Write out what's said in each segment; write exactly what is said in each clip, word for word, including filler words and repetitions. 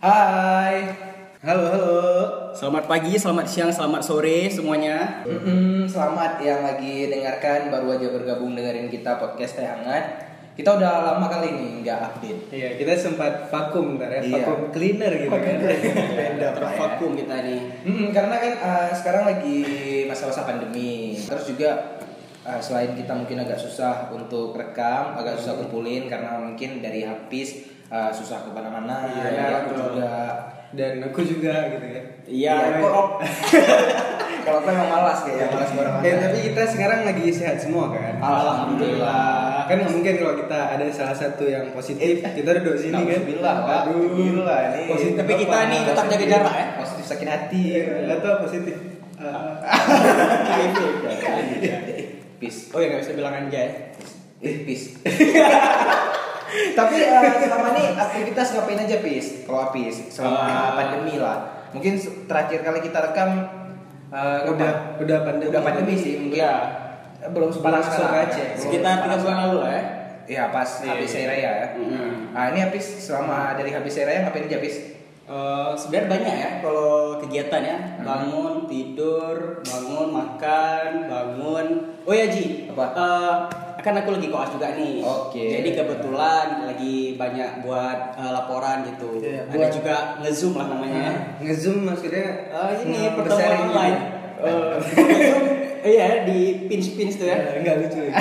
Hai. Halo, halo. Selamat pagi, selamat siang, selamat sore semuanya. Mm-mm, selamat yang lagi dengarkan, baru aja bergabung dengerin kita podcast Teh Hangat. Kita udah lama kali ini nggak update. Iya, kita sempat vakum ntar ya, Iya. vakum cleaner gitu kan. Beda vakum kita nih. Mm-mm, karena kan uh, sekarang lagi masa-masa pandemi. Terus juga uh, selain kita mungkin agak susah untuk rekam, agak susah kumpulin karena mungkin dari habis uh, susah kemana-mana. Iya, ya, aku betul. juga. Dan aku juga gitu kan. Iya, Iya, kok. Kalau aku emang malas kayak malas bareng. Eh, tapi kita sekarang lagi sehat semua kan. Alhamdulillah. Kan nggak mungkin kalau kita ada salah satu yang positif, kita duduk sini kan. Alhamdulillah, Pak. Aduh. Gila nih. Positif Tapi kita apa? nih tetap jaga jarak ya. Positif sakit hati. Nggak tahu positif. Eh, Peace. Oh ya, nggak bisa bilang anjay. Eh, peace. Tapi uh, selama ini aktivitas ngapain aja, Pis? Kalau Apis selama Uh, pandemi lah. Mungkin terakhir kali kita rekam uh, udah udah pandemi. udah pandemi sih mungkin. Iya. Belum separah Masuk sekarang. aja. Belum Sekitar tiga separah bulan lalu lah ya. Iya, pas Iya, habis iya. hari raya ya. Mm-hmm. Nah, ini Apis selama dari habis hari raya ngapain aja, Pis? Eh, sebenarnya banyak ya kalau kegiatan ya, bangun, tidur, bangun, makan, bangun. Oh ya Ji, Apa? Eh, kan aku lagi koas juga nih. Oke. Jadi kebetulan lagi banyak buat eh, laporan gitu. Iya, Ada buat- juga nge-zoom lah namanya. Nge-zoom maksudnya Eh, ini nge- pertemuan besarin online. gitu. Eh, nge-zoom, iya di pins-pins tuh ya. Eh, Nggak lucu ya.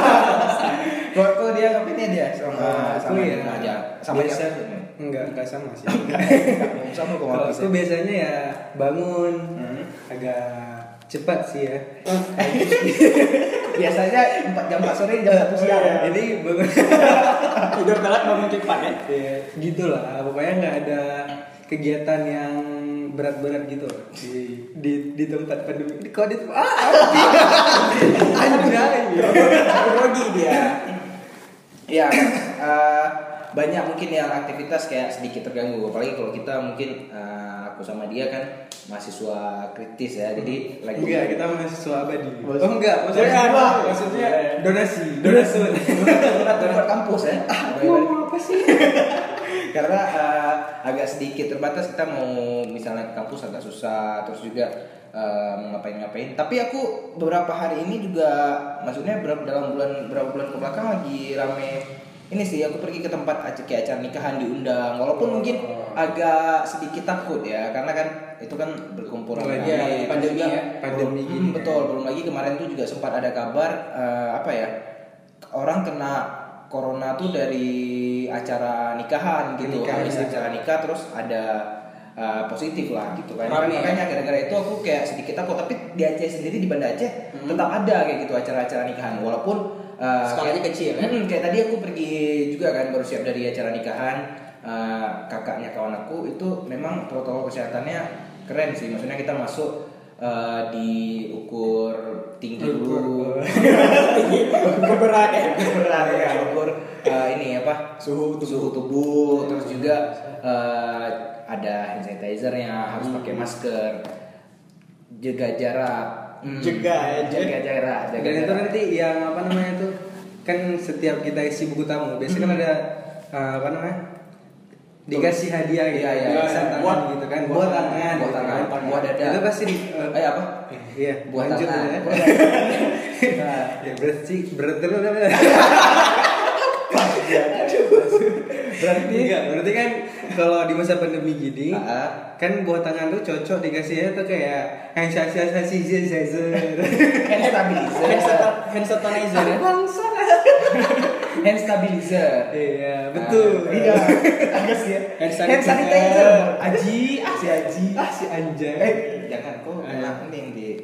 Kok kok dia ngapainnya dia sama Ah, sama aku ya. aja. Sama Biasa. aja. Enggak, enggak sama sih. Sama kok Kalau Apis. aku biasanya ya bangun Hmm. agak cepat sih ya. Biasanya empat jam empat sore jam satu siang. Ya, ini bangun Tidur telat bangun cepat ya. ya, gitulah. Pokoknya nggak ada kegiatan yang berat-berat gitu di di di tempat pandemi. Kok di tempat ah, anjay. Grogi dia. Iya, eh, banyak mungkin yang aktivitas kayak sedikit terganggu. Apalagi kalau kita mungkin eh, aku sama dia kan mahasiswa kritis ya, jadi lagi Enggak, kita mahasiswa abadi. Mahasiswa- Oh enggak, maksudnya Mahasiswa. apa? Maksudnya donasi. donasi donasi buat kampus ya. Apa sih? Karena eh, agak sedikit terbatas, kita mau misalnya ke kampus agak susah, terus juga eh, mau ngapain-ngapain. Tapi aku beberapa hari ini juga, maksudnya berapa dalam bulan berapa bulan kebelakang lagi rame ini sih, aku pergi ke tempat acara kayak acara nikahan diundang, walaupun mungkin agak sedikit takut ya, karena kan itu kan berkumpul Oh, ramai. iya, pandemi Juga- ya, pandemi Hmm, gini betul, kan. belum lagi kemarin tuh juga sempat ada kabar eh, apa ya, orang kena corona tuh dari acara nikahan gitu, Nikahan, habis ya. acara nikah terus ada uh, positif lah gitu kan. Rame, Makanya gara-gara itu aku kayak sedikit takut. Tapi di Aceh sendiri, di Banda Aceh Hmm. tetap ada kayak gitu acara-acara nikahan, walaupun uh, Skalanya kayak- kecil, ya? Mm, kayak tadi aku pergi juga kan, baru siap dari acara nikahan uh, kakaknya kawan aku, itu memang protokol kesehatannya keren sih. Maksudnya kita masuk uh, diukur tinggi dulu. Ukur berat ya. Berat ya, ukur uh, ini apa, suhu tubuh, suhu tubuh, terus juga uh, ada hand sanitizer-nya, harus pakai masker, jaga jarak. Hmm. Jaga ya, jaga jarak, jaga Dan itu jarak. nanti yang apa namanya itu kan setiap kita isi buku tamu biasanya kan ada uh, apa namanya dikasih hadiah gitu, Iya, iya, buat iya. tangan Buat- gitu kan, buat buat tangan, buat gitu tangan, kan. buat dada. Itu pasti di, uh, Eh apa? iya, Buat lanjut tangan. ya. Buat tangan. Nah, Ya berarti berarti lu berarti enggak, berarti kan kalau di masa pandemi gini Ah. kan buat tangan tuh cocok dikasihnya tuh kayak hand sanitizer, hand stabilizer. Hand sat- hand sanitizer ya. Hand stabilizer. Iya, betul. Ah, iya. Agak sih ya. Hand Hand sanitizer. sanitizer. Aji, ah si Aji. Ah si anjay. Eh, jangan kok Ah. enak nih yang di.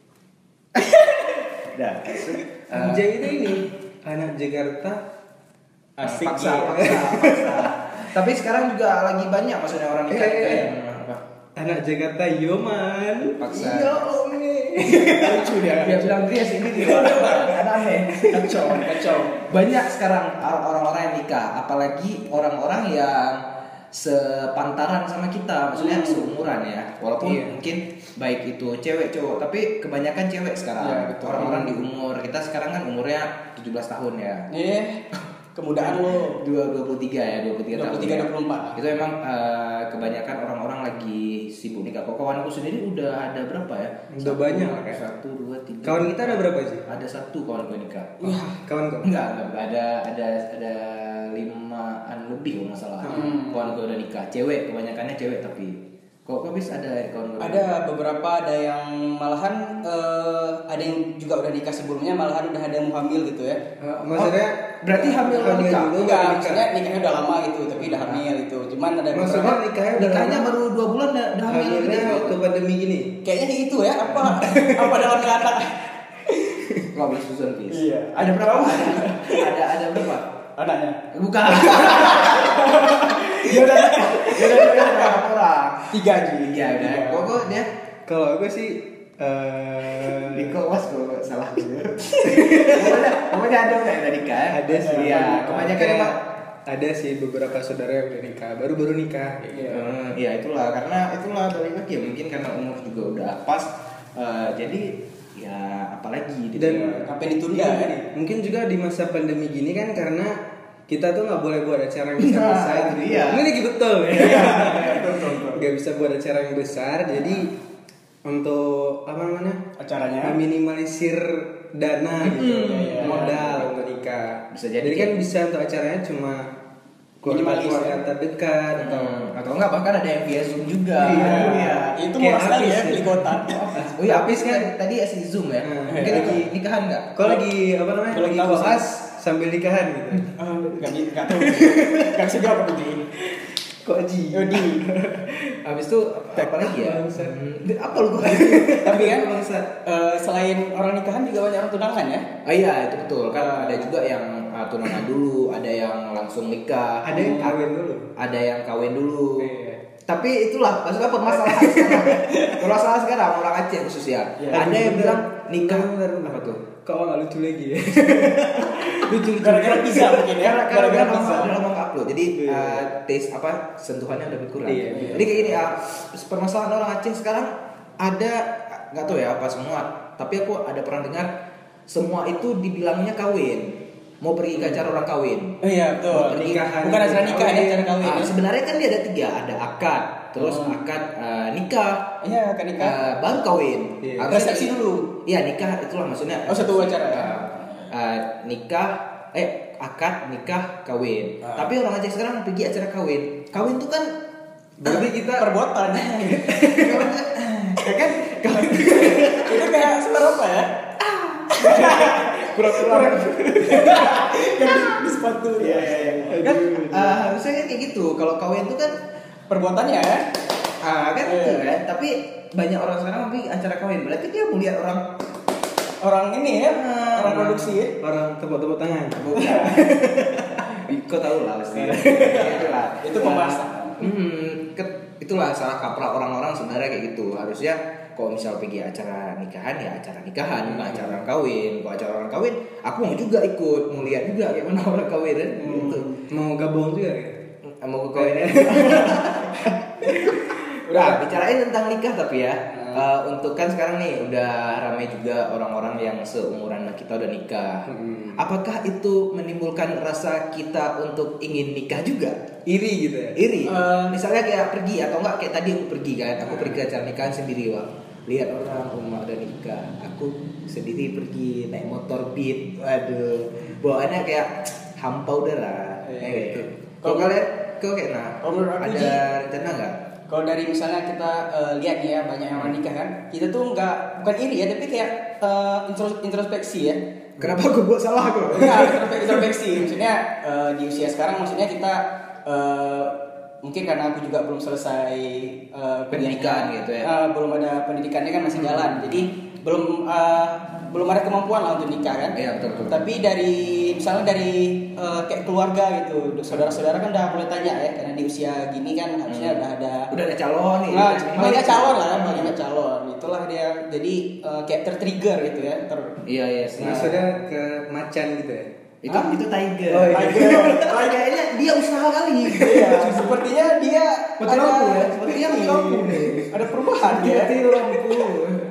Dah. Anjay itu ini anak Jakarta. Asik paksa, ya. paksa, paksa. Tapi sekarang juga lagi banyak maksudnya orang nikah Eh, eh, kayak eh. apa? Anak Jakarta Yoman. Paksa. Iya, Omi. Lucu dia. Dia bilang dia sini di luar kan aneh, kacau, kacau. Banyak sekarang orang-orang yang nikah, apalagi orang-orang yang sepantaran sama kita, maksudnya seumuran ya. Walaupun Iya. mungkin baik itu cewek cowok, tapi kebanyakan cewek sekarang. Iya, betul. Orang-orang di umur kita sekarang kan umurnya tujuh belas tahun ya. Eh, kemudaan lo. dua puluh tiga ya, dua puluh tiga tahun. dua puluh tiga ya. dua puluh empat. Itu emang uh, kebanyakan orang-orang lagi sibuk nikah. Kok kawanku sendiri udah ada berapa ya? Udah banyak lah, kan? Satu, dua, tiga. Kawan kita ada berapa sih? Ada satu kawan gue nikah. Wah, kawan kok. Enggak, enggak, enggak. Ada ada ada limaan lebih kalau nggak salah. Hmm. Kawan gue udah nikah. Cewek, kebanyakannya cewek tapi kok kok bisa ada kawan gue? Ada beberapa, ada yang malahan eh, ada yang juga udah nikah sebelumnya, malahan udah ada yang mau hamil gitu ya. Eh, maksudnya berarti hamil udah nikah? dulu, Enggak, baru maksudnya nikahnya udah lama gitu, tapi udah hamil itu. Cuman ada Maksudnya beberapa nikahnya udah Nikahnya lama? baru dua bulan udah udah hamil Hamilnya gitu. waktu pandemi gini. kayaknya itu ya, apa apa dalam kata. Kok boleh susun bis? Iya. Ada berapa? Ada ada, ada berapa? Anaknya. Bukan. Ya udah, ya udah ya udah berapa orang? Tiga aja. Tiga udah. Kok kok dia? Kalau aku sih eh Diko was kalau salah gitu. Pokoknya pokoknya ada nggak yang udah nikah? ada sih. Iya, kebanyakan Kayak emang. ada sih beberapa saudara yang udah nikah, baru-baru nikah. kayak gitu. Hmm, Iya itulah karena itulah balik lagi ya mungkin karena umur juga udah pas. eh, jadi ya apalagi gitu. Dan Ngapain ditunda Iya, ya? mungkin juga di masa pandemi gini kan karena kita tuh nggak boleh buat acara yang Nah, besar-besar. itu dia. Ini lagi betul ya. Betul, betul. Nggak bisa buat acara yang besar, jadi untuk apa namanya? Acaranya. Meminimalisir dana gitu, iya, iya. modal untuk nikah. Bisa jadi jadi kan kayak- bisa untuk acaranya cuma Minimalis, keluarga ya. terdekat atau Hmm, atau enggak bahkan ada yang via Zoom juga. Iya. Iya. Itu Kayak murah sekali habis ya ya. beli kota. Oh iya, habis kan tadi asli Zoom ya. Hmm. Mungkin lagi nikahan enggak? kau lagi apa namanya? Kalau Lagi tahu sih. koas sambil nikahan gitu. Enggak di enggak tahu. Enggak bisa jawab aku di. Kok Ji? Yodi. Habis itu apa lagi ya? Bangsat. Hmm, apa lu kok? Tapi kan Bangsat. eh, selain orang nikahan juga banyak orang tunangan ya. Oh iya itu betul kan ada juga yang uh, tunangan dulu, ada yang langsung nikah, Ada yang kawin dulu. ada yang kawin dulu. Iya. Tapi itulah maksudnya permasalahan sekarang. Permasalahan sekarang orang Aceh khusus ya. Iya. Ada yang bilang nikah Bentar, bentar. apa tuh? Kok nggak lucu lagi ya? Lucu Gara-gara pizza mungkin ya. Karena karena Gara-gara udah lama pizza. udah lama nggak upload. Jadi Iya. uh, taste apa sentuhannya udah berkurang. Iya, iya. Jadi kayak gini uh, permasalahan orang Aceh sekarang ada nggak tahu ya apa semua. Tapi aku ada pernah dengar semua itu dibilangnya kawin. Mau pergi ke acara orang kawin. Oh iya, betul. Mau pergi- Nikahan. Bukan acara nikah ya, acara kawin. Ah, ya. sebenarnya kan dia ada tiga, ada akad, terus Oh. akad uh, nikah, Iya, kan nikah. uh, baru kawin. Iya. Harusnya Resepsi di- dulu. Iya nikah itulah maksudnya. Oh, satu acara ya? Uh, uh, nikah, eh akad, nikah, kawin. Ah. Tapi orang Aceh sekarang pergi acara kawin. Kawin tuh kan Berarti kita Perbuatan. Ya kan? Itu kayak sebentar apa ya? pura-pura Yang di sepatu. Iya, iya, iya. kan uh, harusnya kan kayak gitu. Kalau kawin tuh kan Perbuatannya ya. ah kan Iya. gitu kan. Tapi banyak orang sekarang pergi acara kawin. Berarti dia mau lihat orang Orang ini ya, Ah, orang produksi ya. orang tepuk-tepuk tangan. bukan. Kau tahu lah pasti. Itulah. Itu pembahasan. Hmm, ke- itulah salah kaprah orang-orang sebenarnya kayak gitu. Harusnya kalau misal pergi acara nikahan ya acara nikahan, bukan acara orang kawin. Kalau acara orang kawin, aku mau juga ikut, mau lihat juga kayak mana orang kawin kan. Gitu. Mau gabung juga ya? Mau ke kawinnya. Udah, bicarain tentang nikah tapi ya. Eh, untuk kan sekarang nih udah ramai juga orang-orang yang seumuran kita udah nikah. Hmm. Apakah itu menimbulkan rasa kita untuk ingin nikah juga? Iri gitu ya? Iri. Eh, Misalnya kayak pergi atau enggak kayak tadi aku pergi kan, aku pergi ke acara nikahan sendiri wah. Lihat orang rumah udah nikah, aku sendiri pergi naik motor Beat. Waduh, bawaannya kayak hampa udara. Iya, Kayak iya. gitu. Kalau- Kalau kalian, kau kayak nah, Kalau menurut aku, ada Ji, rencana nggak? Kalau dari misalnya kita eh, lihat nih ya banyak yang orang nikah kan, kita tuh nggak bukan iri ya, tapi kayak eh, intros- introspeksi ya. Kenapa aku buat salah aku? Enggak, introspeksi, introspeksi. Maksudnya eh, di usia sekarang maksudnya kita eh, mungkin karena aku juga belum selesai eh, Pendidikan kuliahnya, gitu ya. eh, belum ada pendidikannya kan masih jalan. Jadi belum eh, belum ada kemampuan lah untuk nikah kan. Iya, betul, betul. Tapi dari misalnya dari eh, kayak keluarga gitu, saudara-saudara kan udah mulai tanya ya, karena di usia gini kan harusnya udah ada Udah ada calon nih. Nah, Minimal paling nggak gitu. calon lah, paling nggak calon. Itulah dia. Jadi eh, kayak tertrigger gitu ya. Ter Iya iya sih. Maksudnya ke macan gitu ya? Itu Hah? itu tiger. Oh, iya. Tiger. Kayaknya dia usaha kali. Iya, sepertinya dia Mati lampu ya. Sepertinya mati lampu nih. Ada perubahan ya. Mati lampu.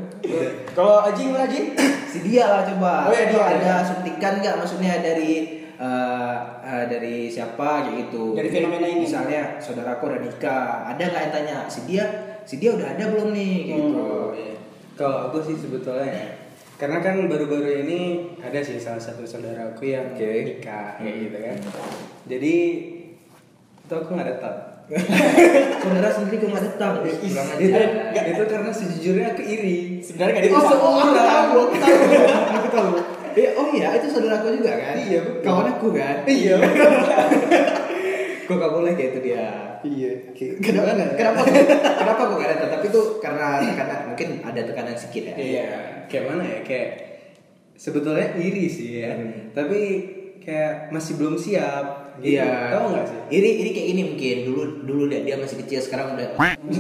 Kalau Aji gimana Aji? Si dia lah coba. Oh, iya, dia. Ada suntikan nggak maksudnya dari uh, uh, dari siapa kayak gitu. Dari fenomena ini. Misalnya saudaraku udah nikah, ada nggak yang tanya si dia si dia udah ada belum nih kayak gitu. Oh, iya. Kalau aku sih sebetulnya ya, karena kan baru-baru ini ada sih salah satu saudaraku yang Oke. nikah kayak Hmm. gitu kan. Jadi itu aku nggak datang. Saudara sendiri kok nggak datang? Kurang itu, ajar. itu karena sejujurnya aku iri. Sebenarnya gak Itu dipaksa. seorang aku tahu, aku tahu. Eh, oh iya, itu saudaraku juga kan? Iya, betul. Kawan aku kan? Iya. Kok gak boleh kayak itu dia? Iya. Kenapa? Kenapa? Kenapa kok gak datang? Tapi itu karena tekanan, mungkin ada tekanan sedikit ya. Iya. Kayak mana ya? Kayak sebetulnya iri sih ya. Hmm. Tapi kayak masih belum siap. Gitu. Iya. Tahu nggak sih? Iri, iri kayak gini mungkin. Dulu, dulu dia, dia masih kecil, sekarang udah.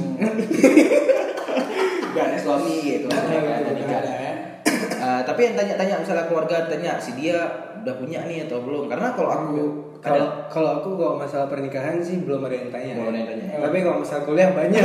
Udah ada suami gitu. Ada, Ada ada, nikah. ada, ya. Eh, tapi yang tanya-tanya misalnya keluarga tanya si dia udah punya nih atau belum? Karena kalau aku Kalau kalau aku kalau masalah pernikahan sih belum ada yang tanya. Belum ada yang tanya. Tapi kalau masalah kuliah banyak.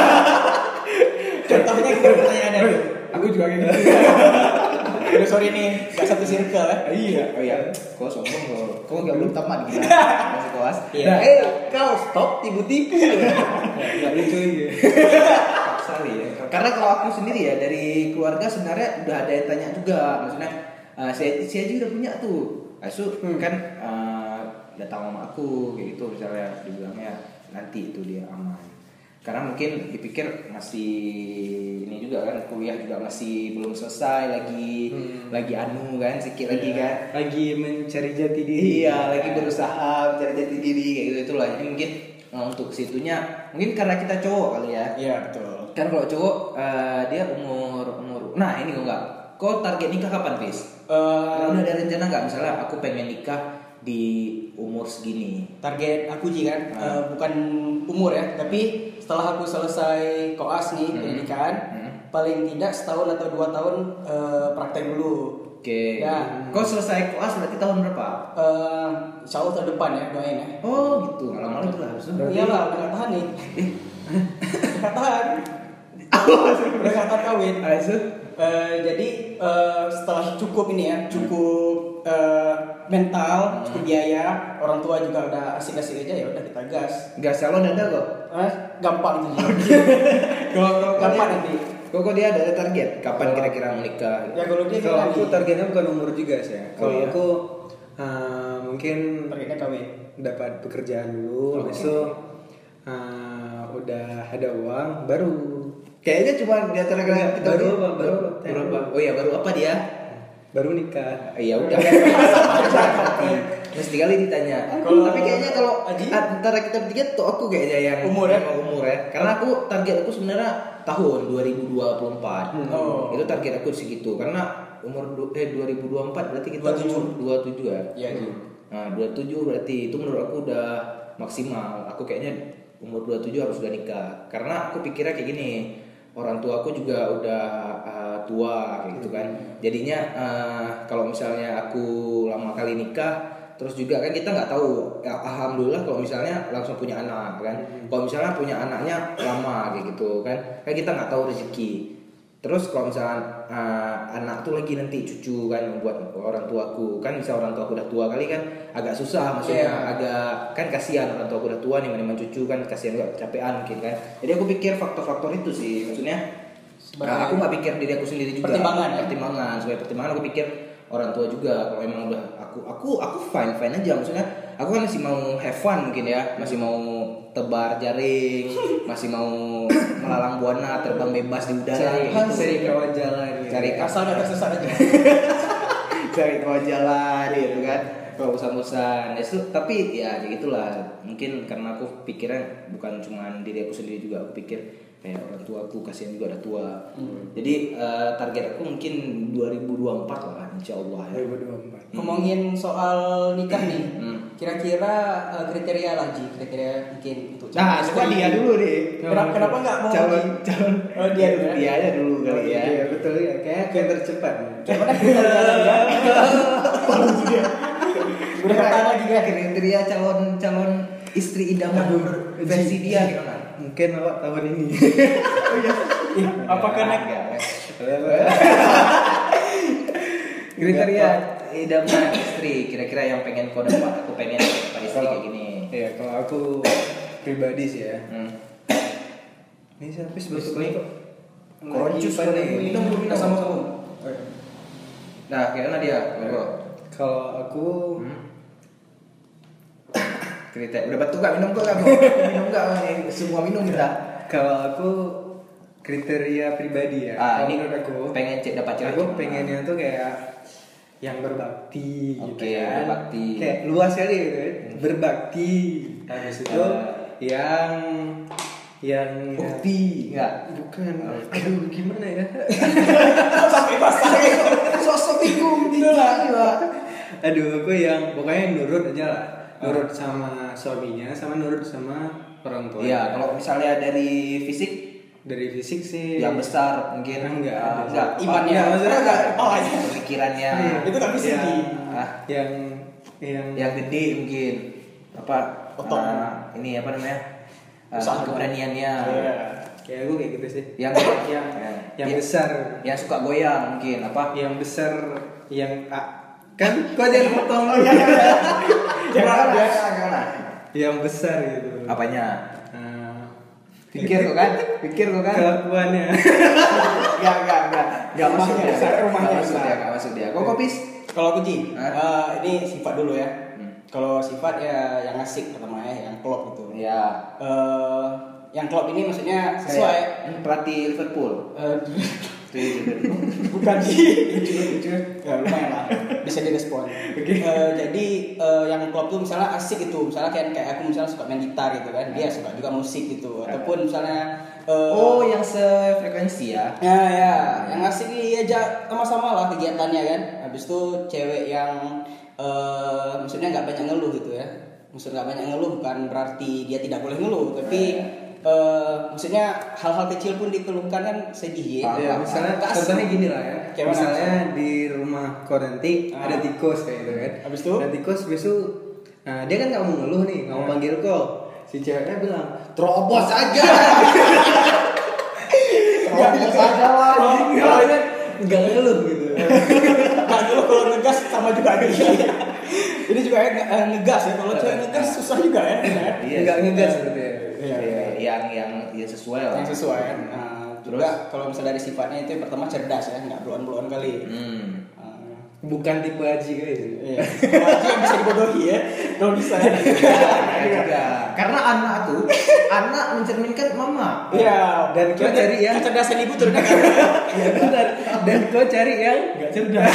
Contohnya kita pertanyaannya. Aku juga gitu. Aduh sorry nih, gak satu circle ya. Iya. Oh iya, kok sombong kok. Kok enggak belum tamat gitu. Masih kelas. Iya. Nah, eh kau stop tipu-tipu. Enggak lucu gitu. Sekali ya. Karena kalau aku sendiri ya dari keluarga sebenarnya udah ada yang tanya juga. Maksudnya uh, saya saya juga udah punya tuh. Asu Hmm. kan uh, datang sama aku kayak gitu misalnya dibilangnya nanti itu dia aman. Karena mungkin dipikir masih ini juga kan kuliah juga masih belum selesai lagi Hmm. lagi anu kan sedikit lagi kan. Lagi mencari jati diri. Iya, lagi berusaha mencari jati diri kayak gitu itulah. Jadi mungkin uh, untuk situnya mungkin karena kita cowok kali ya. Iya betul. Kan kalau cowok uh, dia umur umur. Nah ini kok enggak. Kau target nikah kapan, Fis? Eh, Udah ada rencana nggak? Misalnya aku pengen nikah di umur segini. target aku Ji kan Hmm. eh, bukan umur ya, tapi setelah aku selesai koas nih Hmm. pendidikan, Hmm. paling tidak setahun atau dua tahun eh, praktek dulu. Oke. Ya. Kau selesai koas berarti tahun berapa? Eh, Insya Allah tahun depan ya doain ya. Oh gitu. Lama-lama itu lah harusnya. Berarti- Iyalah, udah gak tahan nih. Gak tahan. Udah gak tahan kawin. Asu. Eh, jadi eh, setelah cukup ini ya, cukup eh, mental, cukup biaya, orang tua juga udah asik-asik aja ya udah kita gas. Nggak salon ada kok. Eh, gampang tuh. Kalau Gampang nanti. Kok kok dia ada target? Kapan kira-kira menikah? Ya kalau dia Kalau kan aku targetnya bukan umur juga sih. ya. Kalau Oh, iya? aku uh, mungkin targetnya kawin. dapat pekerjaan dulu, habis itu uh, udah ada uang baru. Kayaknya cuma di antara kalian kita Baru berdua. apa? Baru. baru apa? Oh iya baru apa dia? Baru nikah. Iya udah. Mesti kali ditanya. Kalau- Tapi kayaknya kalau Aji? antara kita bertiga tuh aku kayaknya yang Umur ya? yang umur ya. Karena aku target aku sebenarnya tahun dua ribu dua puluh empat. Hmm. Oh. Itu target aku segitu karena umur du- eh dua ribu dua puluh empat berarti kita dua puluh tujuh. umur dua puluh tujuh ya. Iya Ji. Nah, dua puluh tujuh berarti itu menurut aku udah maksimal. Aku kayaknya umur dua puluh tujuh harus udah nikah. Karena aku pikirnya kayak gini, orang tua aku juga udah uh, tua kayak gitu kan. Jadinya uh, kalau misalnya aku lama kali nikah, terus juga kan kita nggak tahu. Ya, alhamdulillah kalau misalnya langsung punya anak kan. Kalau misalnya punya anaknya lama kayak gitu kan, kan kita nggak tahu rezeki. Terus kalau misalnya uh, anak tuh lagi nanti cucu kan buat orang tuaku kan, bisa orang tuaku udah tua kali kan agak susah maksudnya Yeah. agak kan kasihan orang tuaku udah tua nih mana cucu kan kasihan juga kecapean mungkin kan. Jadi aku pikir faktor-faktor itu sih maksudnya. Sebagai- Nah, aku nggak pikir diri aku sendiri juga. Pertimbangan, ya? Pertimbangan sebagai pertimbangan aku pikir orang tua juga kalau emang udah aku aku aku fine fine aja maksudnya aku kan masih mau have fun mungkin ya masih mau tebar jaring masih mau melalang buana terbang bebas di udara Cari, gitu. cari kawan jalan. Gitu. Cari Asal gak tersesat aja. cari kawan jalan gitu kan kalau bosan-bosan itu tapi ya kayak gitulah mungkin karena aku pikirnya bukan cuma diri aku sendiri juga aku pikir kayak orang tua aku kasihan juga udah tua jadi eh, target aku mungkin dua ribu dua puluh empat lah insya Allah ya. dua ribu dua puluh empat. Ngomongin soal nikah nih, Hmm. kira-kira eh, kriteria lagi, kriteria mungkin untuk Nah, sekarang dia dulu deh. Kenapa, kenapa nggak mau calon Ji? calon Oh, dia dulu ya? dia aja dulu kali ya. Iya betul ya. Kayak aku yang tercepat. Gimana kriteria lagi ya? Udah kata lagi ya. Kriteria calon calon istri idaman versi dia gimana? Mungkin awak tahun ini. Apakah naik? Enggak. Kriteria idaman istri kira-kira yang pengen kau dapat? Aku pengen dapat istri kayak gini. Iya, kalau aku pribadi sih ya. Hmm. Ini siapa sih Terus betul nih, kok? Koronjus Lagi nih. pada ini. Minum dulu, minum sama-sama. Nah, kira dia, monggo. Kalau aku Hmm. Cerita, udah batu gak minum kok kamu? Minum gak? Nih, semua minum kita. kalau aku kriteria pribadi ya. Ah, Kalau ini menurut aku pengen cek dapat cewek. aku gimana? pengennya tuh kayak yang berbakti Oke, gitu kan. berbakti. Kayak luas kali gitu kan. Berbakti. Habis itu Eh. yang yang Bukti, enggak? bukan. Aduh, gimana ya? Sampai basah gitu. Sosok bingung gitu lah. Aduh, aku yang pokoknya nurut aja lah. Nurut sama suaminya, sama nurut sama orang tua. Iya, kalau misalnya dari fisik Dari fisik sih yang besar mungkin Enggak, Ah, ada. enggak. Imannya, Enggak, maksudnya enggak. kepalanya. Pemikirannya Iya. Itu kan fisik. yang, Ah. yang yang yang gede mungkin apa Otot. ah, ini apa namanya Ah, Usaha. keberaniannya Iya. kayak aku kayak gitu sih. yang yang ya. yang Ya. besar, yang suka goyang mungkin apa yang besar, yang ah, kan kok jangan potong. jangan jangan Yang besar gitu. apanya Nah, pikir kok kan pikir kok kan kelakuannya. enggak enggak enggak enggak masuk Rumahnya dia besar, rumahnya Nggak masuk besar. dia enggak masuk dia kok kopis Kalau aku Ji, Hah? eh, ini sifat dulu ya. Hmm. Kalau sifat ya yang asik pertama ya, yang klop gitu. ya Eh, yang klop ini maksudnya sesuai. Kayak pelatih Liverpool Eh, Tuh, itu, itu. bukan Ji. Ya lumayan lah, bisa direspon. Eh, jadi eh, yang klop tuh misalnya asik gitu, misalnya kayak kayak aku misalnya suka main gitar gitu kan, dia suka juga musik gitu, ataupun misalnya eh, oh yang sefrekuensi ya Ya ya, yang asik diajak sama-sama lah kegiatannya kan. Habis itu cewek yang eh maksudnya nggak banyak ngeluh gitu ya. Maksudnya nggak banyak ngeluh bukan berarti dia tidak boleh ngeluh, tapi eh maksudnya hal-hal kecil pun dikeluhkan kan sedih ya. Ya, misalnya Nggak asik. contohnya gini lah ya. Kayak mana misalnya di rumah kau nanti Ah. ada tikus kayak gitu kan. Habis itu? Ada tikus besok. Nah, dia kan nggak mau ngeluh nih, nggak mau Ah. panggil kau. Si ceweknya bilang, "Terobos aja." Terobos aja lah. Kalau kan nggak ngeluh gitu. Nah, dulu kalau ngegas sama juga dia. Ini juga ya nge- eh, ngegas ya. Kalau cewek ngegas susah juga ya. Iya, Nggak sih. ngegas gitu ya. Iya. Iya, yang yang ya sesuai lah Yang sesuai kan. Nah, juga kalau misalnya dari sifatnya itu yang pertama cerdas ya, nggak beluan-beluan kali. hmm. Ah, Bukan tipe Haji kali itu. Iya. Wajib yang bisa dibodohi ya. Kalau bisa. Ya juga. Karena anak tuh, anak mencerminkan mama. Iya. Dan kau cari yang kecerdasan ibu turun kan. ya benar. Dan kau cari yang nggak cerdas.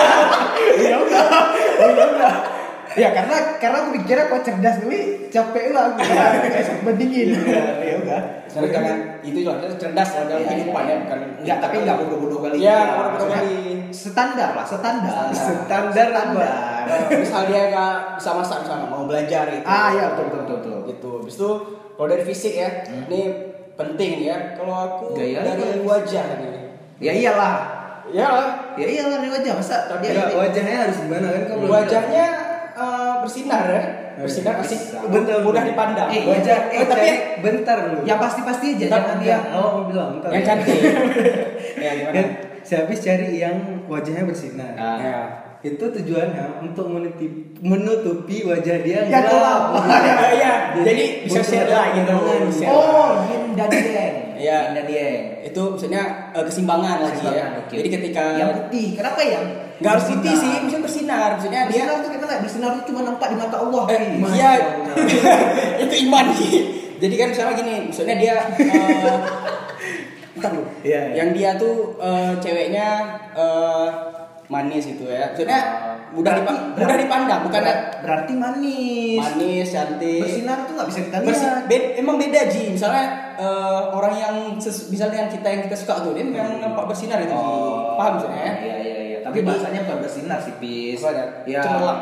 Iya udah. Iya udah. Ya karena karena aku pikirnya kok cerdas dulu, capek lah aku. Kayak bandingin. Ya udah. Sekarang jangan itu lah cerdas lah dalam Iya, kehidupan iya. ya bukan Enggak, tapi enggak bodoh-bodoh kali. Iya, juga. nggak bodoh-bodoh Maksudnya kali. Standar lah, standar. Standar apa? Eh, misal dia nggak bisa masak misalnya mau belajar gitu. Ah iya, betul betul betul. betul. Gitu. Habis itu kalau dari fisik ya, ini penting nih ya. Kalau aku Gaya dari apa? wajah nih. Ya iyalah. Ya lah. Ya iyalah dari wajah masa Tapi Ya, wajahnya harus gimana kan kau belum wajahnya eh, bersinar ya. Bersinar asik, Bisa. Bentar, mudah bentar. dipandang. Eh, wajah Eh, eh, tapi cari bentar lu. yang pasti-pasti aja Bentar, jangan bentar. yang Oh, mau bilang bentar. yang ya. cantik. Ya gimana? Kan sehabis cari yang wajahnya bersinar. Ah. Ya. Itu tujuannya untuk menutupi, menutupi wajah dia yang Ya, gelap. Ya, ya. Jadi bisa butuh share ada lah gitu. penerangan. Share. Oh, yin dan yang. Iya. Yin dan yang. Itu maksudnya eh, keseimbangan lagi ya. Keseimbangan, oke. Jadi ketika Yang putih, kenapa yang? nggak harus putih sih, misalnya bersinar, maksudnya dia Bersinar tuh gimana? Bersinar tuh cuma nampak di mata Allah. eh, Ih, iya Masya Allah. itu iman sih. Jadi kan misalnya gini, maksudnya dia eh, bentar lu. Iya, iya. Yang dia tuh eh, ceweknya eh, manis gitu ya. Maksudnya mudah Berarti- dipa- mudah dipandang, bukan Ber- berarti manis. manis, cantik. Bersinar tuh nggak bisa kita lihat. Bersi- bed- emang beda Ji. Misalnya eh, orang yang ses- misalnya yang kita yang kita suka tuh dia memang nampak bersinar itu Ji. Paham maksudnya ya? Iya iya iya. Tapi Jadi- bahasanya bukan bersinar sih, Pis. Apa ada? Ya. Cemerlang.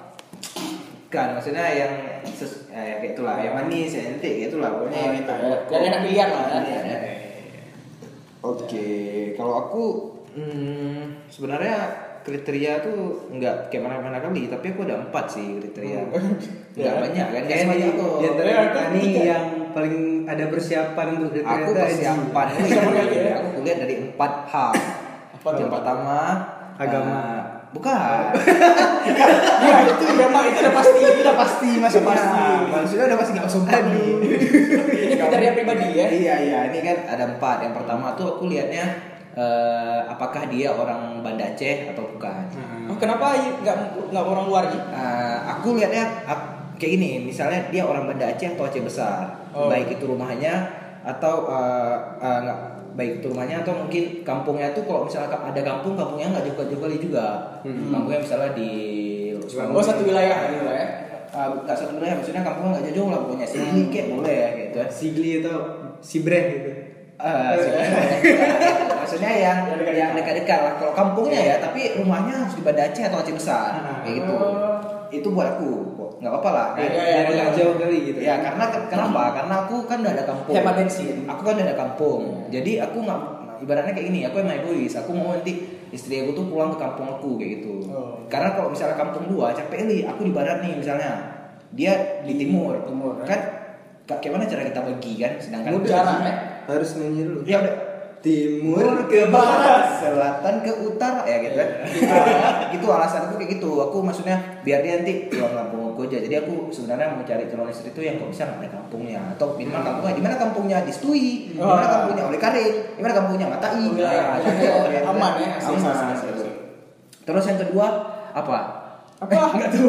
Kan maksudnya yang ses, eh, kayak itulah, yang manis, yang cantik, kayak itulah pokoknya yang itu. Yang enak dilihat lah ya. Iya, iya. Oke, kalau aku hmm, sebenarnya kriteria tuh nggak kayak mana-mana kali, tapi aku ada empat sih kriteria. Nggak Ya. banyak kan? Nggak Kayak sebanyak di, aku. di antara Ya, kita aku nih tiga. yang paling ada persiapan untuk kriteria Aku itu Haji. persiapan ini Sama kayak gitu ya. aku kulihat dari empat hal. Apa tuh? Yang pertama Agama. eh, Bukan. Ya itu memang itu udah pasti, itu udah pasti masuk Nah, pasti. maksudnya udah pasti nggak sumpah nih. Ini kriteria pribadi ya. Iya iya, ini kan ada empat. Yang pertama tuh aku lihatnya eh, apakah dia orang Banda Aceh atau bukan. Oh, kenapa nggak nggak orang luar sih? Eh, aku lihatnya ap- kayak gini, misalnya dia orang Banda Aceh atau Aceh besar, Oh. baik itu rumahnya atau eh, eh, nggak baik itu rumahnya atau mungkin kampungnya tuh kalau misalnya ada kampung kampungnya nggak jauh-jauh juga, Hmm. kampungnya misalnya di Oh, satu wilayah gitu ya. Ah, nggak satu wilayah, maksudnya kampungnya nggak jauh lah pokoknya sini kayak boleh ya gitu. Sigli atau Sibreh gitu. Ah, maksudnya yang Yang dekat-dekat. yang dekat-dekat lah. Kalau kampungnya ya, tapi rumahnya harus di Banda Aceh atau Aceh besar, Ah. kayak gitu. Itu buat aku, nggak apa-apa lah. Ya, ya, Biar ya, nggak ya. jauh kali gitu. Ya karena kenapa? Karena aku kan udah ada kampung. Hemat bensin. Aku kan udah ada kampung. Jadi aku nggak ibaratnya kayak gini. Aku emang egois. Aku mau nanti istri aku tuh pulang ke kampung aku kayak gitu. Oh. Karena kalau misalnya kampung dua capek nih. Aku di barat nih misalnya. Dia di timur. Timur, Kan Kak, kayak mana cara kita bagi kan? Sedangkan Mudah. Jarang, ya? Harus nyanyi dulu. Ya udah. Timur ke barat, selatan ke utara ya gitu kan. Nah, gitu alasan aku kayak gitu. Aku maksudnya biar dia nanti pulang kampung aku aja. Jadi aku sebenarnya mau cari calon istri itu yang kok bisa nggak ada kampungnya atau minimal kampungnya di mana kampungnya di Stui, di mana Oh. kampungnya oleh Karing, di mana kampungnya Matai. Oh, iya, iya. Nah, gitu. Aman ya, asli, Aman. asli, asli, asli. Terus yang kedua apa? Apa? Enggak tahu.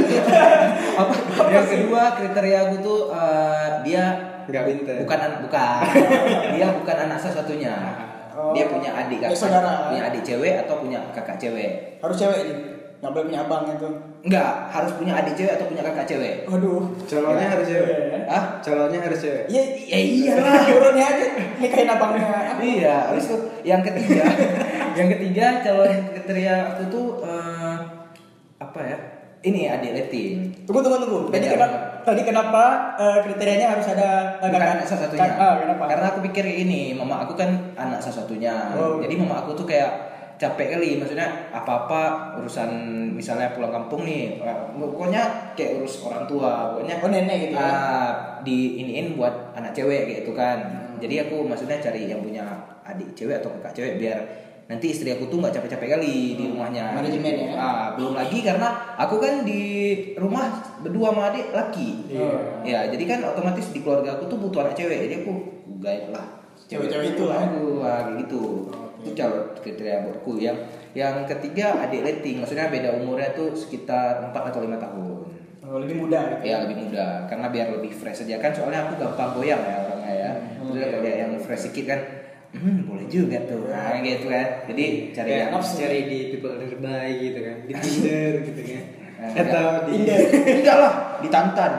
apa? Yang kedua kriteria aku tuh eh, dia Nggak pintar. bukan anak bukan. Dia bukan anak satu-satunya. Oh. Dia punya adik Ya, kakak, saudara. punya adik cewek atau punya kakak cewek. Harus cewek ini. Nggak boleh punya abang itu. Enggak, harus punya adik cewek atau punya kakak cewek. Waduh. Calonnya harus cewek. Ah, Calonnya harus cewek. Iya, ya iyalah. Turunnya aja nikahin abangnya. Iya, habis itu yang ketiga, yang ketiga calon kriteria aku tuh eh, apa ya? Ini adik Letin. Tunggu tunggu tunggu. Tadi Beda. kenapa? Tadi kenapa eh, kriterianya harus ada eh, Bukan kakak- anak salah satunya. kak- ah, kenapa? Karena aku pikir kayak ini, mama aku kan anak salah satunya. Oh. Jadi mama aku tuh kayak capek kali, maksudnya apa-apa urusan misalnya pulang kampung nih, eh, pokoknya kayak urus orang tua, pokoknya Oh, nenek gitu ya? ah, di iniin buat anak cewek kayak itu kan. Hmm. Jadi aku maksudnya cari yang punya adik cewek atau kakak cewek biar nanti istri aku tuh nggak capek-capek kali di rumahnya. Manajemen ya? Ah, belum lagi karena aku kan di rumah berdua sama adik laki. Iya. Ya, jadi kan otomatis di keluarga aku tuh butuh anak cewek, jadi aku gaib lah. Cewek-cewek itu lah. Aku ah, kayak gitu. Itu calon kriteria buatku. Yang yang ketiga adik Leting, maksudnya beda umurnya tuh sekitar empat atau lima tahun. Oh, lebih muda gitu. Ya lebih muda, karena biar lebih fresh aja kan. Soalnya aku gampang goyang ya orangnya ya. Terus kalau dia yang fresh sedikit kan, hmm boleh juga tuh. Nah gitu kan. Jadi cari Kayak yang nafsu cari di people nearby gitu kan, di Tinder gitu kan. Nah, Atau di enggak lah, ditantan.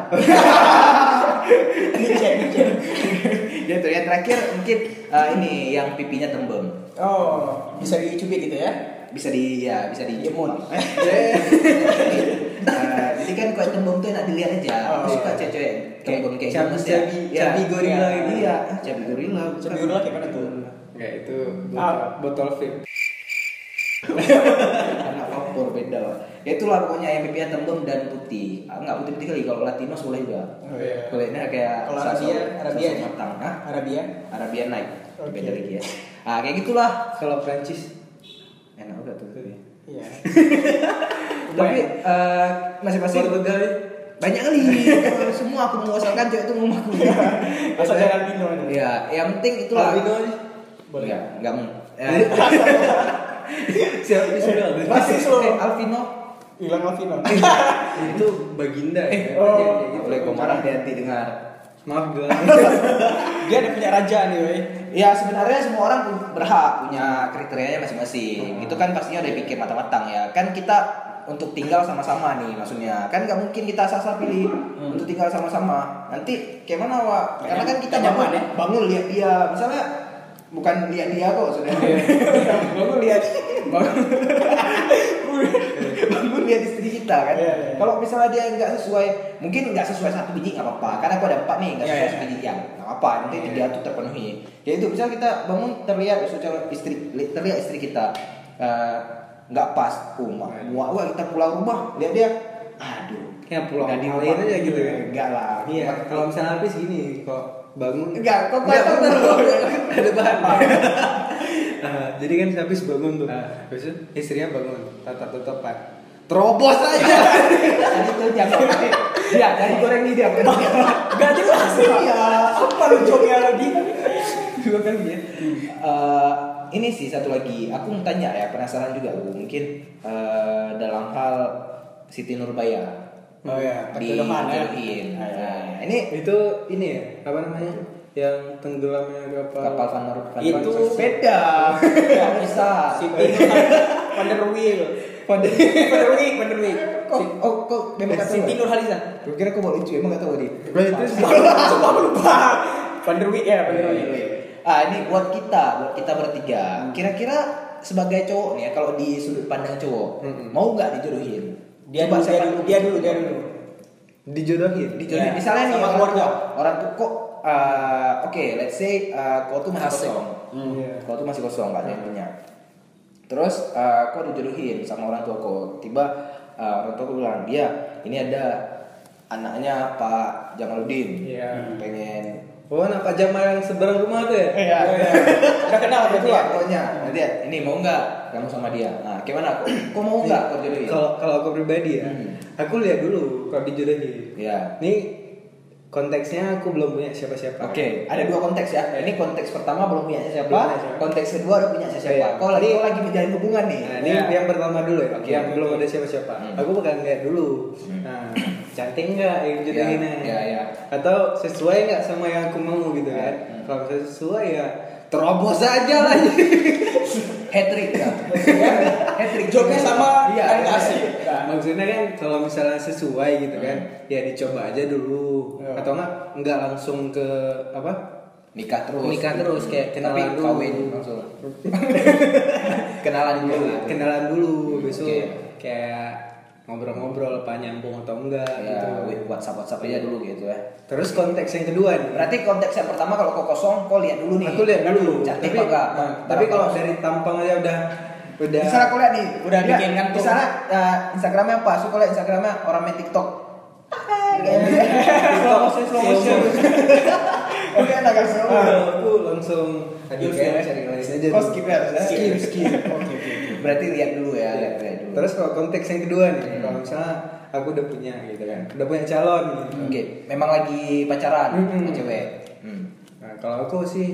Dicek, dicek. Gitu ya. Terakhir mungkin eh, ini yang pipinya tembem. Oh, bisa dicubit gitu ya? Bisa di ya bisa di Jemut. Eh, jadi kan kalau tembem tuh enak dilihat aja. Aku Oh, suka iya. cewek tembem kayak cabi- gemes ya. cabi- Ya. cabi gorila Iya, gitu. Iya, ah, cabi gorila. Cabi gorila kayak mana tuh? Enggak, itu Ah. botol, botol vape. Anak vapor beda. Ya itulah pokoknya yang pipinya tembem dan putih. Ah, enggak putih-putih kali, kalau Latinos boleh juga. Oh, iya. Kulitnya kayak Kalau sosok- Arabia, Arabia sosok aja. matang. Hah? Arabia. Arabian Night. Oke. Beda lagi ya. Ah, kayak gitulah. Kalau Prancis Enak juga tuh. Iya. Tapi eh, masing-masing Portugal banyak kali. Semua aku menguasakan cewek itu rumahku. Asal jangan albino aja. Iya, yang penting itulah. albino aja. Boleh. Enggak, enggak mau. Ya. Siapa sudah? Masih slow. Eh, Alvino. Hilang albino. Itu baginda ya. oh. Kayak gitu. Boleh kau marah dia nanti dengar. Maaf bilang. Dia ada punya raja nih, woi. Ya sebenarnya semua orang berhak punya kriterianya masing-masing. Itu kan pastinya udah dipikir matang-matang ya. Kan kita untuk tinggal sama-sama nih maksudnya. Kan nggak mungkin kita asal-asal pilih Hmm. untuk tinggal sama-sama. Nanti kayak mana Wak? Karena kan kita Nggak nyaman, bangun, ya? bangun lihat dia. Misalnya bukan lihat dia kok sebenarnya. Bangun lihat. bangun, bangun lihat istri kita kan. Iya, iya. Kalau misalnya dia nggak sesuai, mungkin nggak sesuai satu biji nggak apa-apa. Karena aku ada empat nih nggak Iya, sesuai iya. satu biji yang nggak apa. Nanti tiga tuh terpenuhi. Ya itu misal kita bangun terlihat secara istri terlihat istri kita eh, nggak pas. Oh, mak, muak gua kita pulang rumah lihat dia. Aduh. Ya pulang nggak di ngalahin rumah. aja gitu ya. Enggak lah. Iya, kalau misalnya habis gini kok bangun Enggak, kok Enggak, kok bener. ada bahan. Ah, jadi kan habis bangun tuh. Ah. Habis itu istrinya bangun, tatap-tatapan. Terobos aja. Tadi tuh dia dia dari goreng ini dia. Gak jelas ya. Apa lucunya lagi? Dua kali ya. Eh, ini sih satu lagi, aku mau tanya ya, penasaran juga aku mungkin eh, dalam hal Siti Nurbaya. Oh ya, Di perjodohan ya. jodohin. Ah, ya. Nah, ini Itu ini ya, apa namanya? Yang tenggelamnya kapal. kapal Van Nor Van Itu Nor- beda. Nggak bisa. Siti Van der Wheel. Van der Wijk, Van der Wijk. Kok oh kok memang kata Siti Nurhaliza. Gue kira kau mau lucu, emang gak tahu dia. Itu sih. Coba aku lupa. Van der Wijk ya, Van der Wijk. Ah, ini buat kita, buat kita bertiga. Kira-kira sebagai cowok nih ya, kalau di sudut pandang cowok, Mm-mm. mau nggak dijodohin? Dia Coba dulu, dia siapa dulu, dia dulu, dia dulu. Dijodohin. Dijodohin. Ya, Misalnya nih sama orang keluarga. tua- orang tuh kok uh, oke, let's say uh, kau tuh masih Asik. kosong. Hmm. Iya. Kau tuh masih kosong, nggak ada yang punya. Terus uh, kau dijodohin sama orang tua kau. Tiba uh, orang tua kau bilang, dia ini ada anaknya Pak Jamaludin. Iya. Pengen Oh, anak Pak Jamal yang seberang rumah tuh ya? Iya. Udah kenal berarti Itu ya? pokoknya. Nanti ya, ini mau nggak kamu sama dia? Nah, gimana? Kok, kok mau nggak kau jodohin? Kalau kalau aku pribadi ya, Hmm. aku lihat dulu kalau dijodohin. Ya. Nih konteksnya aku belum punya siapa-siapa. Oke, ada dua konteks ya. Ini konteks pertama belum punya siapa. Belum punya siapa. Konteks kedua udah punya siapa. Iya. Kau lagi Ini- kau lagi menjalin hubungan nih. Nah, ini Ya. yang pertama dulu ya, Oke, yang oke, belum oke. ada siapa-siapa. Hmm. Aku bakal lihat dulu. Hmm. Nah, cantik nggak yang jodohinnya? Ya, ya, ya. Atau sesuai nggak sama yang aku mau gitu kan? Hmm. Kalau misalnya sesuai ya terobos aja lah. Hat trick ya. Hat trick Joknya sama Iya, kan iya. asik. Maksudnya kan kalau misalnya sesuai gitu kan, ya dicoba aja dulu. Ya. Atau enggak enggak langsung ke apa? Nikah terus. Nikah terus, kayak kenalan Tapi dulu. kawin langsung. Kenalan dulu. Kenalan dulu, besok Oke. kayak ngobrol-ngobrol apa nyambung atau enggak Ya, gitu. WhatsApp WhatsApp aja dulu gitu ya. Terus konteks yang kedua nih. Berarti konteks yang pertama kalau kau kosong, kau lihat dulu nih. Aku lihat dulu. Cantik Tapi, apa enggak? nah, tapi kalau dari tampang aja udah udah Misalnya aku lihat nih, Udah dia- bikin kan tuh. Misalnya uh, Instagramnya apa? Suka lihat Instagramnya orang main TikTok. slow motion, slow motion. Oke, agak seru. Ah, aku langsung aduh Ilfil kayak ya? cari lain aja. Oh, dulu. skip ya, harusnya? Skip, skip. Oke, oke. Berarti lihat dulu ya, lihat, lihat dulu. Terus kalau konteks yang kedua nih, Hmm. kalau misalnya aku udah punya gitu kan, udah punya calon gitu. Oke, memang lagi pacaran Mm-mm. sama cewek. Hmm. Nah, kalau aku sih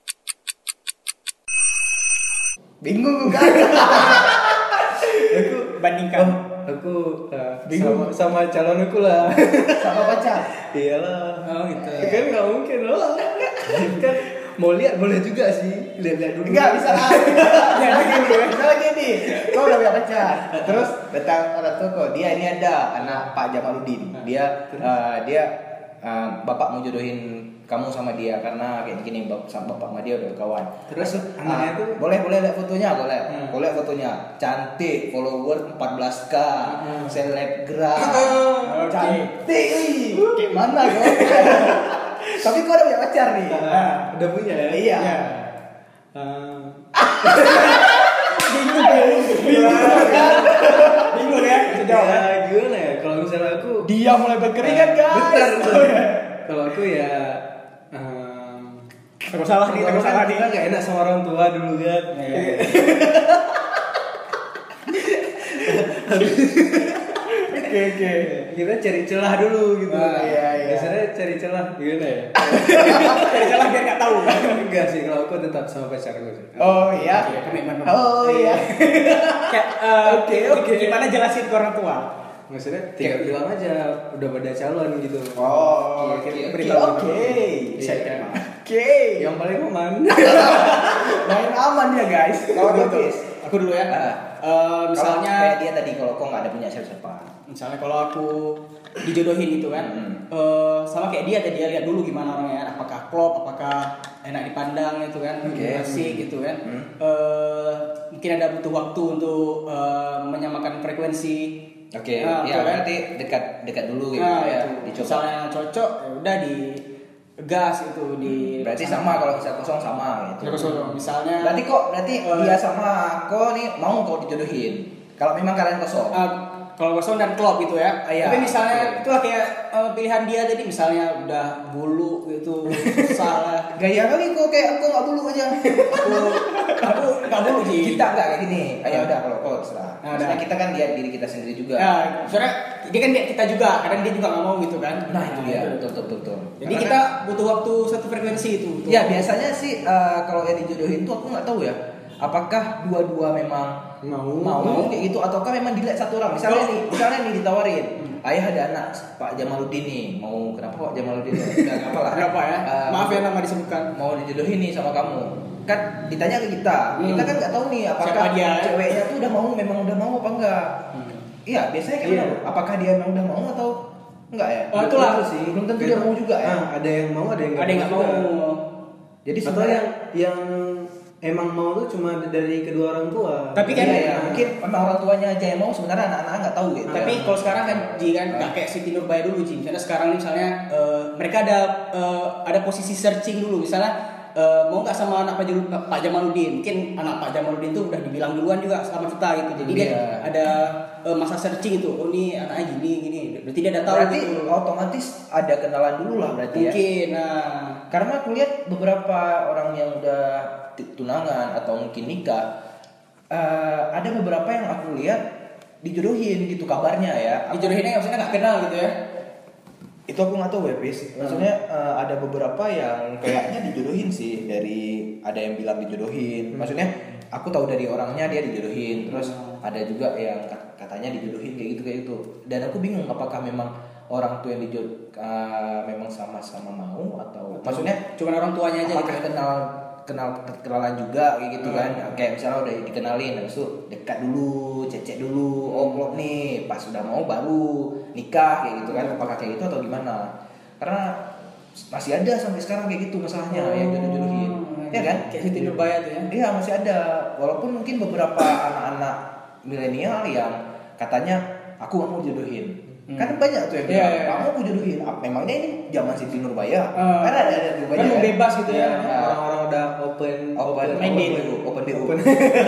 Bingung kan? aku Bandingkan. oh, aku uh, Bingung. sama, sama calon aku lah. Sama pacar. Iyalah. Oh gitu. Kan nggak mungkin lah. Kan mau lihat boleh juga sih, lihat-lihat dulu. Enggak bisa lah. Ya begini, misalnya gini. Kau udah punya pacar. Terus datang orang tua kau, dia ini ada anak Pak Jamaludin. Dia eh, dia eh, bapak mau jodohin kamu sama dia karena kayak gini bap- sama bapak sama dia udah kawan. Terus ah, anaknya tuh boleh boleh lihat fotonya, boleh. Hmm. Boleh fotonya. Cantik, follower empat belas k, Hmm. selebgram. Oke. Cantik. ih. Kayak mana kau? Tapi kau udah punya pacar nih. ah, udah punya ya? Iya. Ah, Bingung ya. Bingung ya. Sejauh ya. ya, gimana ya? Kalau misalnya aku Dia mulai berkeringat guys. Bentar, kalau aku ya um, Takut salah nih, takut salah nih. Kita gak enak sama orang tua dulu kan. Iya. Oke oke. Kita cari celah dulu gitu. Ah, iya, iya. Biasanya cari celah gimana ya? Cari salah biar nggak tahu. Enggak sih, kalau aku tetap sama pacarku sih. Oh iya. Iya, komitmen. Oh iya. Kayak eh, Oke, oke. Gimana jelasin ke orang tua? Maksudnya tinggal bilang aja udah pada calon gitu. Oh, Oke, oke, beritahu oke. dulu. Bisa Iya. diterima. Oke. Yang paling aman. Main aman ya guys. Kalau Gitu. habis. Aku dulu ya. Ah. Eh, Misalnya misalnya kayak dia tadi kalau kau nggak ada punya siapa-siapa. misalnya kalau aku dijodohin gitu kan, Hmm. eh, sama kayak dia tadi dia lihat dulu gimana orangnya, apakah klop, apakah enak dipandang gitu kan, Oke. asik gitu kan. Hmm. Eh, mungkin ada butuh waktu untuk eh, menyamakan frekuensi. Oke, Nah, ya gitu kan. berarti dekat dekat dulu gitu Nah, ya. itu. Dicoba. Misalnya cocok, ya udah di gas itu di. Berarti sama kalau bisa kosong sama gitu. Ya, kosong. Misalnya. Berarti kok berarti Eh, dia sama kau nih mau kau dijodohin. Kalau memang kalian kosong. Uh, kalau kosong dan klop gitu ya. Ah, iya. Tapi misalnya Oke. itulah kayak uh, pilihan dia tadi misalnya udah bulu gitu salah. Gaya kali kok kayak kau nggak bulu aja. Aku Aku nggak mau sih. Kita nggak kayak gini. Ayo udah kalau kau terserah. Nah, Maksudnya udah. kita kan lihat diri kita sendiri juga. Nah, soalnya dia kan lihat kita juga, kadang dia juga nggak mau gitu kan. Nah itu dia, betul betul betul. Jadi Karena kita butuh waktu satu frekuensi itu. kan- ya biasanya sih eh, kalau yang dijodohin tuh aku nggak tahu ya. Apakah dua-dua memang Mau. mau kayak gitu ataukah memang dilihat satu orang? Misalnya nih, misalnya nih ditawarin, ayah ada anak Pak Jamaluddin nih, mau kenapa Pak Jamaluddin? Enggak apa lah. Kenapa ya? Eh, Maaf ya nama disebutkan. mau dijodohin nih sama kamu. Kan ditanya ke kita, Hmm. kita kan nggak tahu nih apakah Siapa dia, ya? ceweknya tuh udah mau, memang udah mau apa enggak. Hmm. Iya, biasanya kan Iya. apakah dia memang udah mau atau enggak ya? Oh, itulah. Itu sih, belum tentu dia mau juga ya. Ah, ada yang mau, ada yang Ada yang nggak mau. juga. Jadi Atau sebenarnya yang yang emang mau tuh cuma dari kedua orang tua. Tapi kan- iya, ya, mungkin memang orang tuanya aja yang mau, sebenarnya anak-anak nggak tahu gitu. Tapi ya. kalau sekarang kan Ji kan nggak kayak Siti Nurbaya dulu Ji. Misalnya sekarang nih misalnya eh, mereka ada eh, ada posisi searching dulu. Misalnya eh, mau nggak sama anak Pak Jam- Pak Jamaluddin. Mungkin anak Pak Jamaluddin tuh udah dibilang duluan juga sama kita gitu. Jadi dia Iya. ada eh, masa searching itu. Oh ini anaknya gini gini. Berarti dia udah tahu Berarti gitu. otomatis ada kenalan dulu lah berarti ya. Mungkin. Nah, Karena aku lihat beberapa orang yang udah t- tunangan atau mungkin nikah, eh, ada beberapa yang aku lihat dijodohin gitu kabarnya ya. Aku- dijodohinnya maksudnya nggak kenal gitu ya. Itu aku nggak tahu ya, Pis. Maksudnya eh, ada beberapa yang kayaknya dijodohin sih, dari ada yang bilang dijodohin. Maksudnya aku tahu dari orangnya dia dijodohin, terus ada juga yang kat- katanya dijodohin kayak gitu kayak gitu. Dan aku bingung apakah memang orang tuh yang dijod eh, memang sama-sama mau atau maksudnya Cuma orang tuanya aja apakah gitu. kenal kenal kenalan juga kayak gitu kan. Hmm. Kayak misalnya udah dikenalin, habis itu dekat dulu, cecek dulu, oh klop nih, pas sudah mau baru nikah kayak gitu kan. Apakah kayak gitu atau gimana? Karena masih ada sampai sekarang kayak gitu masalahnya yang jodoh-jodohin. Ya kan? Kayak Siti Nurbaya tuh ya. Iya masih ada. Walaupun mungkin beberapa anak-anak milenial yang katanya aku nggak mau jodohin. Hmm. Kan banyak tuh yang Iya, bilang, iya, iya. kamu aku jodohin. Ah, memangnya ini zaman Siti Nurbaya? Ah. Kan ada ada tuh Kan banyak. mau bebas gitu ya. Nah, Orang-orang udah open open main open date. B U, open B U. Open.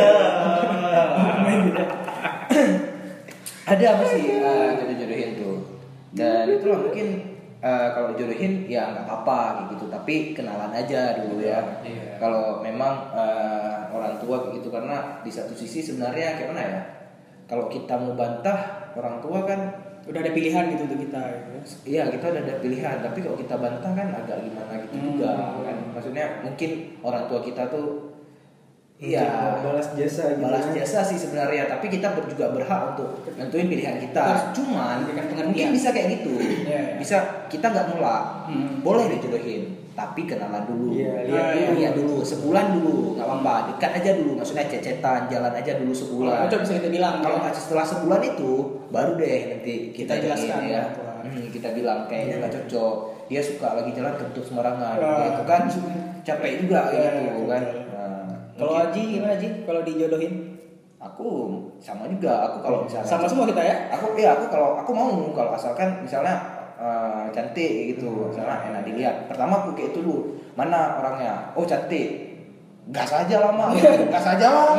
Ada masih uh, jodoh-jodohin tuh. Dan itulah mungkin uh, kalau jodohin ya nggak apa-apa kayak gitu, tapi kenalan aja dulu ya. Iya. Kalau memang uh, orang tua kayak gitu, karena di satu sisi sebenarnya kayak mana ya? Kalau kita mau bantah orang tua kan, Udah ada pilihan gitu untuk kita gitu ya. iya kita udah ada pilihan, tapi kalau kita bantah kan agak gimana gitu Hmm. juga kan. Maksudnya mungkin orang tua kita tuh iya Untuk balas jasa gitu. balas kan. jasa sih sebenarnya, tapi kita ber- juga berhak untuk nentuin pilihan kita. Harus Cuman memberikan pengertian. mungkin bisa kayak gitu, Iya, iya. bisa kita nggak nolak, Hmm. boleh dijodohin, tapi kenalan dulu, Iya, lihat dulu. lihat dulu sebulan dulu, nggak apa-apa, dekat aja dulu, maksudnya cecetan, jalan aja dulu sebulan. Itu bisa kita bilang. Kalau ya. nggak setelah sebulan itu, baru deh nanti kita, Kita jelaskan jadiin ya. orang tua. Hmm, kita bilang kayaknya nggak cocok, dia suka lagi jalan kentut sembarangan, Wah. gitu kan, capek juga Iya, gitu kan. betul. Nah, Kalau mungkin- Haji gimana Haji? Kalau dijodohin? Aku sama juga, aku kalau misalnya Sama semua kita ya? aku ya aku kalau aku mau, kalau asalkan misalnya eh, cantik gitu, misalnya enak dilihat. Pertama aku kayak itu dulu, mana orangnya, oh cantik, gas aja lama, gas aja lah.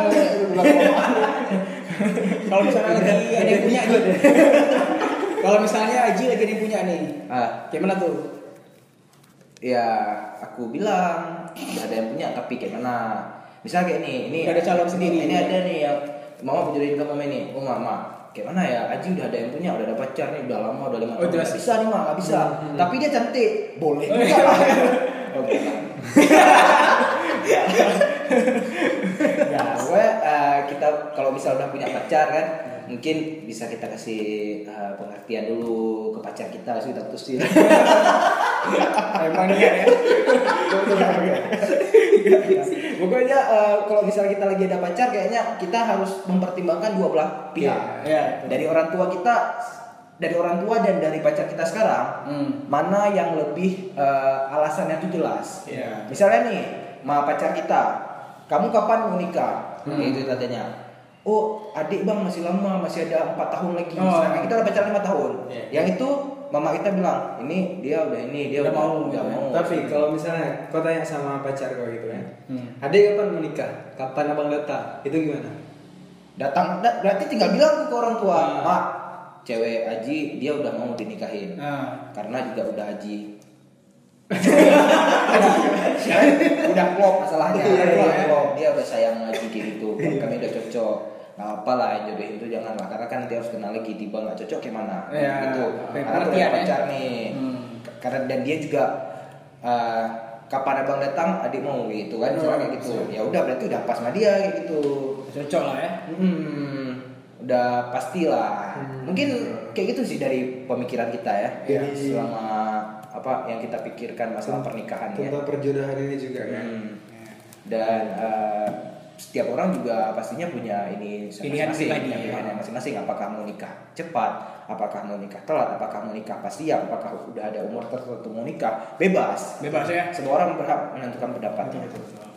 Kalau misalnya lagi ada yang punya nih. Kalau misalnya Haji lagi ada yang punya nih. Ah, Kayak mana tuh? ya aku bilang nggak ada yang punya, tapi kayak mana? Misalnya kayak ini, ini Udah ada calon sendiri. Ini ada nih yang mama jodohin ke mama ini, oh mama, kayak mana ya? Aji udah ada yang punya, udah ada pacar nih, udah lama, udah lima Oh, tahun. jelas. Nggak bisa nih mah, nggak bisa. Hmm, hmm. Tapi dia cantik, boleh juga. Oke. Ya, gue eh, kita kalau misal udah punya pacar kan, mungkin bisa kita kasih eh, pengertian dulu ke pacar kita, sih kita putusin. Emang iya ya. Pokoknya eh, kalau misalnya kita lagi ada pacar, kayaknya kita harus mempertimbangkan dua belah pihak. Iya. Dari orang tua kita, dari orang tua dan dari pacar kita sekarang, Hmm. mana yang lebih eh, alasannya itu jelas. Iya. Misalnya nih, ma pacar kita, kamu kapan mau nikah? Hmm. Itu katanya. Oh, adik bang masih lama, masih ada empat tahun lagi. Oh. Sedangkan kita udah pacaran lima tahun. Iya. Yang itu mama kita bilang, ini dia udah ini, dia Udah udah, mau, udah ya. mau. Tapi kalau misalnya kau tanya sama pacar kau gitu ya, Hmm. adek kapan mau nikah? Kapan abang datang? Itu gimana? Datang, da- berarti tinggal bilang ke orang tua, Hmm. mak, cewek Aji dia udah mau dinikahin, Nah. karena juga udah Aji. Udah klop masalahnya, Iya, iya. udah klop. dia udah sayang lagi kayak gitu, kami udah cocok, nggak apa lah jodohin itu jangan lah, karena kan nanti harus kenal lagi, tiba nggak cocok gimana, Ya, gitu. kayak Karena pengertian punya ya. pacar nih, Hmm. karena dan dia juga uh, kapan abang datang adik mau gitu kan, misalnya kayak gitu, ya udah berarti udah pas sama dia kayak gitu. Cocok lah ya. Hmm, udah pastilah. Hmm. Mungkin kayak gitu sih dari pemikiran kita ya, Iya. selama apa yang kita pikirkan masalah pernikahan ya. Tentang perjodohan ini juga kan. Hmm. Dan uh, setiap orang juga pastinya punya ini Pilihan masing-masing, pribadi, punya ya. pilihannya masing-masing. Apakah mau nikah cepat, apakah mau nikah telat, apakah mau nikah pas siap, apakah udah ada umur tertentu mau nikah, bebas. Bebas ya. Semua orang berhak menentukan pendapatnya. Betul, betul.